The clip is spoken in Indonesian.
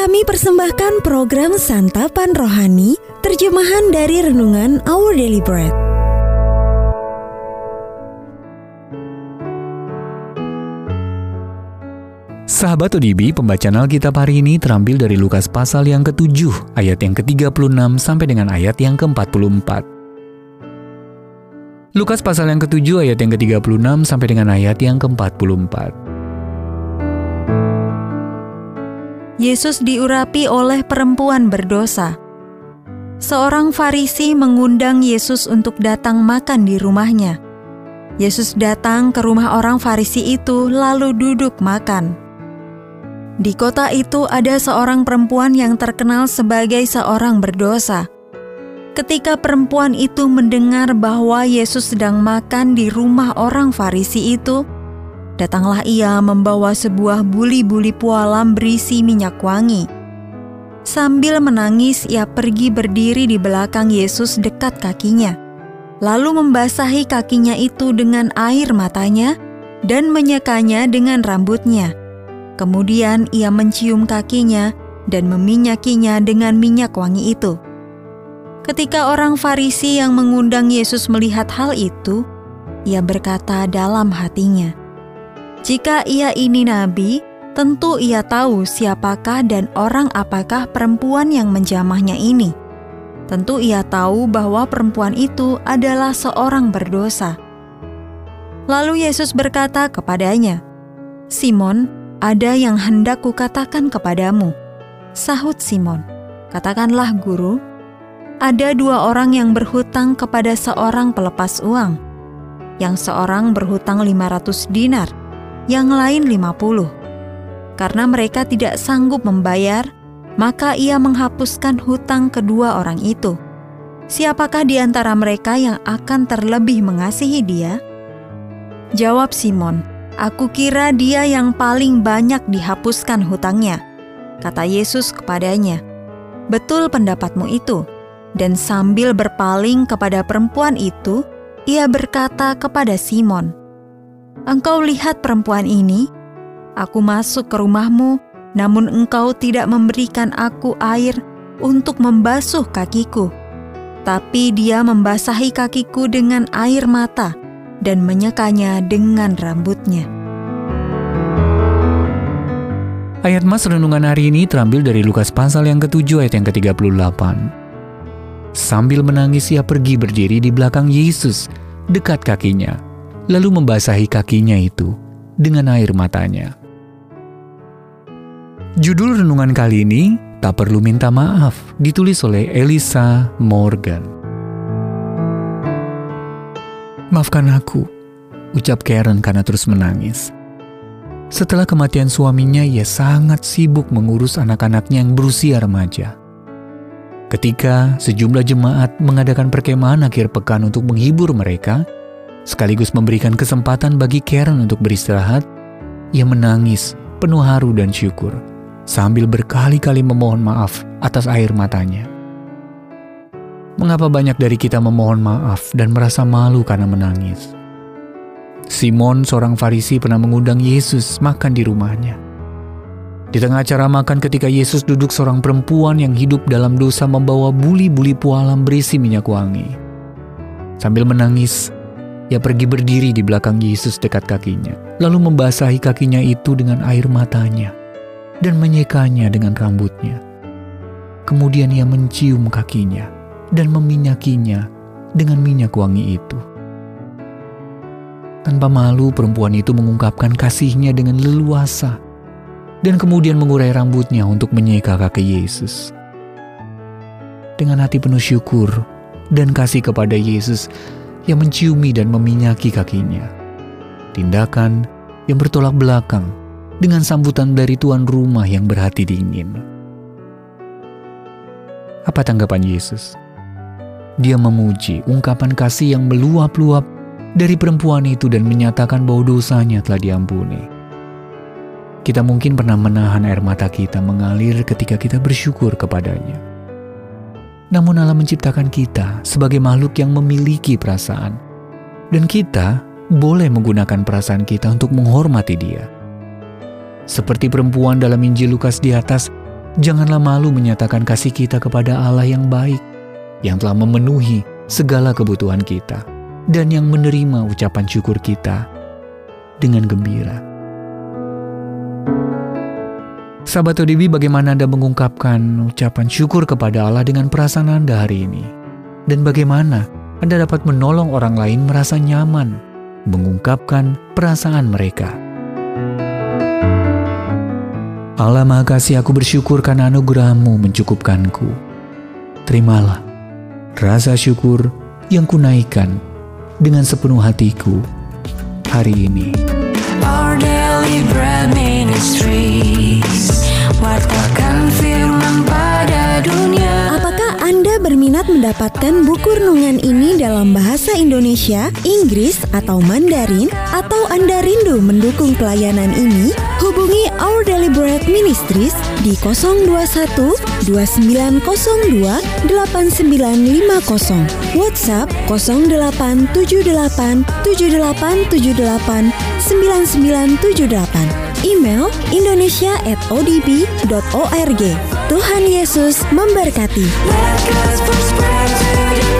Kami persembahkan program Santapan Rohani, terjemahan dari Renungan Our Daily Bread. Sahabat ODB, pembacaan Alkitab hari ini terambil dari Lukas pasal yang ke-7, ayat yang ke-36 sampai dengan ayat yang ke-44. Lukas pasal yang ke-7, ayat yang ke-36 sampai dengan ayat yang ke-44. Yesus diurapi oleh perempuan berdosa. Seorang Farisi mengundang Yesus untuk datang makan di rumahnya. Yesus datang ke rumah orang Farisi itu lalu duduk makan. Di kota itu ada seorang perempuan yang terkenal sebagai seorang berdosa. Ketika perempuan itu mendengar bahwa Yesus sedang makan di rumah orang Farisi itu, datanglah ia membawa sebuah buli-buli pualam berisi minyak wangi. Sambil menangis, ia pergi berdiri di belakang Yesus dekat kakinya, lalu membasahi kakinya itu dengan air matanya dan menyekanya dengan rambutnya. Kemudian ia mencium kakinya dan meminyakinya dengan minyak wangi itu. Ketika orang Farisi yang mengundang Yesus melihat hal itu, ia berkata dalam hatinya, "Jika ia ini nabi, tentu ia tahu siapakah dan orang apakah perempuan yang menjamahnya ini. Tentu ia tahu bahwa perempuan itu adalah seorang berdosa." Lalu Yesus berkata kepadanya, "Simon, ada yang hendak kukatakan kepadamu." Sahut Simon, "Katakanlah, Guru." Ada dua orang yang berhutang kepada seorang pelepas uang. Yang seorang berhutang 500 dinar, yang lain 50. Karena mereka tidak sanggup membayar, maka ia menghapuskan hutang kedua orang itu. Siapakah di antara mereka yang akan terlebih mengasihi dia? Jawab Simon, "Aku kira dia yang paling banyak dihapuskan hutangnya." Kata Yesus kepadanya, "Betul pendapatmu itu." Dan sambil berpaling kepada perempuan itu, ia berkata kepada Simon, "Engkau lihat perempuan ini? Aku masuk ke rumahmu, namun engkau tidak memberikan aku air untuk membasuh kakiku. Tapi dia membasahi kakiku dengan air mata dan menyekanya dengan rambutnya." Ayat Mas renungan hari ini terambil dari Lukas pasal yang ke-7 ayat yang ke-38. Sambil menangis ia pergi berdiri di belakang Yesus dekat kakinya, lalu membasahi kakinya itu dengan air matanya. Judul renungan kali ini, Tak Perlu Minta Maaf, ditulis oleh Elisa Morgan. "Maafkan aku," ucap Karen karena terus menangis. Setelah kematian suaminya, ia sangat sibuk mengurus anak-anaknya yang berusia remaja. Ketika sejumlah jemaat mengadakan perkemahan akhir pekan untuk menghibur mereka, sekaligus memberikan kesempatan bagi Karen untuk beristirahat, ia menangis penuh haru dan syukur, sambil berkali-kali memohon maaf atas air matanya. Mengapa banyak dari kita memohon maaf dan merasa malu karena menangis? Simon, seorang Farisi, pernah mengundang Yesus makan di rumahnya. Di tengah acara makan, ketika Yesus duduk, seorang perempuan yang hidup dalam dosa membawa buli-buli pualam berisi minyak wangi. Sambil menangis, ia pergi berdiri di belakang Yesus dekat kakinya, lalu membasahi kakinya itu dengan air matanya dan menyekanya dengan rambutnya. Kemudian ia mencium kakinya dan meminyakinya dengan minyak wangi itu. Tanpa malu, perempuan itu mengungkapkan kasihnya dengan leluasa dan kemudian mengurai rambutnya untuk menyeka kaki Yesus. Dengan hati penuh syukur dan kasih kepada Yesus, ia menciumi dan meminyaki kakinya. Tindakan yang bertolak belakang dengan sambutan dari tuan rumah yang berhati dingin. Apa tanggapan Yesus? Dia memuji ungkapan kasih yang meluap-luap dari perempuan itu dan menyatakan bahwa dosanya telah diampuni. Kita mungkin pernah menahan air mata kita mengalir ketika kita bersyukur kepadanya. Namun Allah menciptakan kita sebagai makhluk yang memiliki perasaan. Dan kita boleh menggunakan perasaan kita untuk menghormati Dia. Seperti perempuan dalam Injil Lukas di atas, Janganlah malu menyatakan kasih kita kepada Allah yang baik, yang telah memenuhi segala kebutuhan kita, dan yang menerima ucapan syukur kita dengan gembira. Sahabat ODB, bagaimana Anda mengungkapkan ucapan syukur kepada Allah dengan perasaan Anda hari ini? Dan bagaimana Anda dapat menolong orang lain merasa nyaman mengungkapkan perasaan mereka? Allah Maha Kasih, aku bersyukur karena anugerah-Mu mencukupkanku. Terimalah rasa syukur yang kunaikan dengan sepenuh hatiku hari ini. Our Daily Bread Ministries, wartakan firman pada dunia. Apakah Anda berminat mendapatkan buku renungan ini dalam bahasa Indonesia, Inggris, atau Mandarin? Atau Anda rindu mendukung pelayanan ini? Hubungi Our Daily Bread Ministries di 021 2902 8950, WhatsApp 0878 7878 9978, email indonesia@odb.org. Tuhan Yesus memberkati. Let God's word spread to the